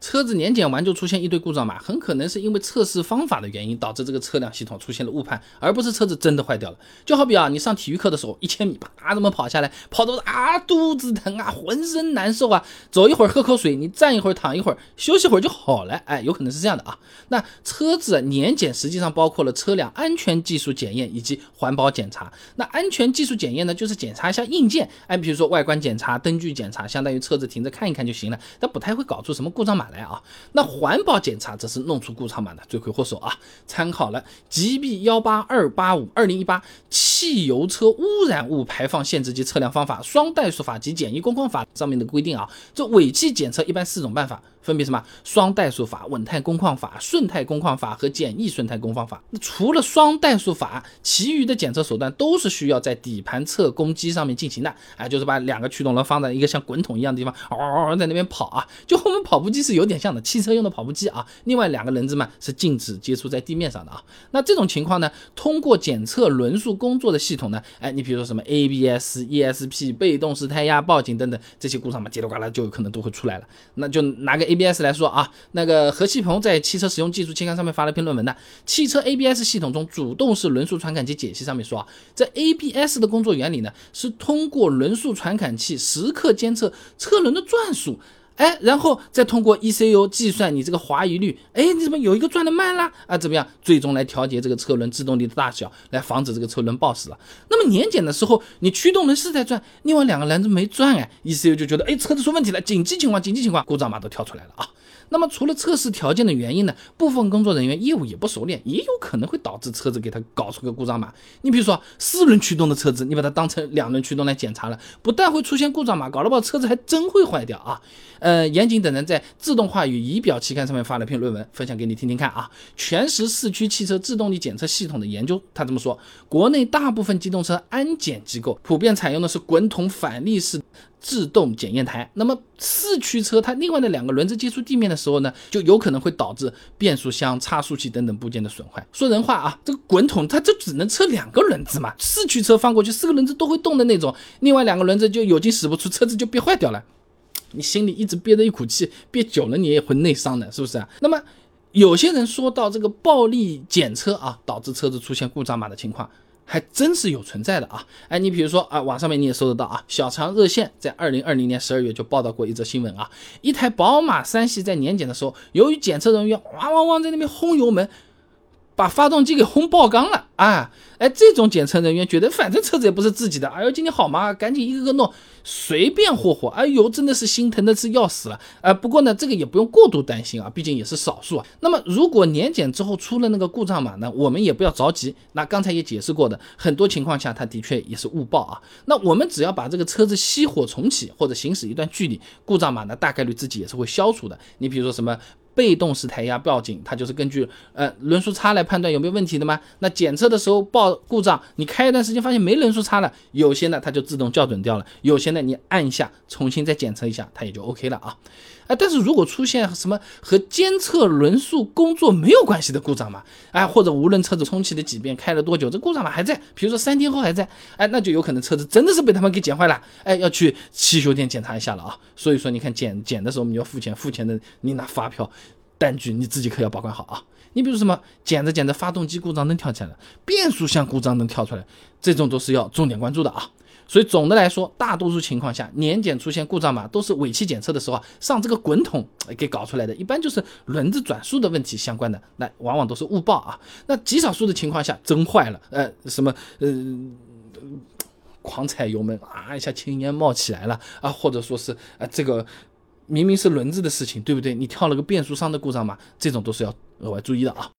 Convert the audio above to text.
车子年检完就出现一堆故障码，很可能是因为测试方法的原因导致这个车辆系统出现了误判，而不是车子真的坏掉了。就好比你上体育课的时候1000米啪这么跑下来，跑到肚子疼浑身难受走一会儿喝口水，你站一会儿躺一会儿休息会儿就好了，有可能是这样的那车子年检实际上包括了车辆安全技术检验以及环保检查。那安全技术检验呢，就是检查一下硬件，比如说外观检查、灯具检查，相当于车子停着看一看就行了，但不太会搞出什么故障码来那环保检查则是弄出故障码的罪魁祸首参考了 GB18285 汽油车污染物排放限制及测量方法、双怠速法及简易工况法上面的规定这尾气检测一般4种办法，分别什么？双怠速法、稳态工况法、顺态工况法和简易顺态工况法。那除了双怠速法，其余的检测手段都是需要在底盘测工机上面进行的，就是把2个驱动轮放在一个像滚筒一样的地方，在那边跑就和我们跑步机是有点像的，汽车用的跑步机另外2个轮子嘛是禁止接触在地面上的那这种情况呢，通过检测轮速工作的系统呢，你比如说什么 ABS、ESP、被动式胎压、报警等等这些故障嘛，叽里呱啦就有可能都会出来了。那就拿个 ABS 来说那个何锡鹏在汽车使用技术期刊上面发了篇论文的，汽车 ABS 系统中主动式轮速传感器解析上面说这 ABS 的工作原理呢，是通过轮速传感器时刻监测车轮的转速，然后再通过 ECU 计算你这个滑移率，你怎么有一个转的慢啦怎么样，最终来调节这个车轮制动力的大小，来防止这个车轮抱死了。那么年检的时候，你驱动轮是在转，另外2个轮子没转ECU 就觉得车子出问题了，紧急情况，故障码都跳出来了那么除了测试条件的原因呢，部分工作人员业务也不熟练，也有可能会导致车子给它搞出个故障码。你比如说4轮驱动的车子，你把它当成2轮驱动来检查了，不但会出现故障码，搞了不好车子还真会坏掉严谨等人在自动化与仪表期刊上面发了篇论文，分享给你听听看全时四驱汽车自动力检测系统的研究，他这么说，国内大部分机动车安检机构普遍采用的是滚筒反力式自动检验台，那么四驱车它另外的2个轮子接触地面的时候呢，就有可能会导致变速箱、差速器等等部件的损坏。说人话这个滚筒它就只能测2个轮子嘛，四驱车放过去4个轮子都会动的那种，另外2个轮子就有劲使不出，车子就憋坏掉了。你心里一直憋着一股气，憋久了你也会内伤的，是不是那么有些人说到这个暴力检测导致车子出现故障码的情况，还真是有存在的你比如说网上面你也搜得到小长热线在2020年12月就报道过一则新闻一台宝马3系在年检的时候，由于检测人员汪在那边轰油门，把发动机给轰爆缸了这种检测人员觉得反正车子也不是自己的，今天好嘛，赶紧一个个弄，随便霍，真的是心疼的是要死了不过呢，这个也不用过度担心毕竟也是少数那么如果年检之后出了那个故障码呢，我们也不要着急，那刚才也解释过的，很多情况下它的确也是误报那我们只要把这个车子熄火重启或者行驶一段距离，故障码呢大概率自己也是会消除的。你比如说什么被动式胎压报警，它就是根据轮速差来判断有没有问题的嘛。那检测的时候报故障，你开一段时间发现没轮速差了，有些呢它就自动校准掉了，有些呢你按一下重新再检测一下，它也就 OK 了但是如果出现什么和监测轮速工作没有关系的故障码或者无论车子重启了几遍，开了多久，这故障码还在，比如说3天后还在那就有可能车子真的是被他们给剪坏了要去汽修店检查一下了所以说你看检的时候你要付钱的你拿发票单据你自己可要保管好你比如什么检着发动机故障灯跳起来了，变速箱故障灯跳出来，这种都是要重点关注的所以总的来说，大多数情况下年检出现故障码都是尾气检测的时候上这个滚筒给搞出来的，一般就是轮子转速的问题相关的，那往往都是误报那极少数的情况下真坏了狂踩油门一下青烟冒起来了或者说是这个明明是轮子的事情，对不对？你跳了个变速箱的故障码，这种都是要额外注意的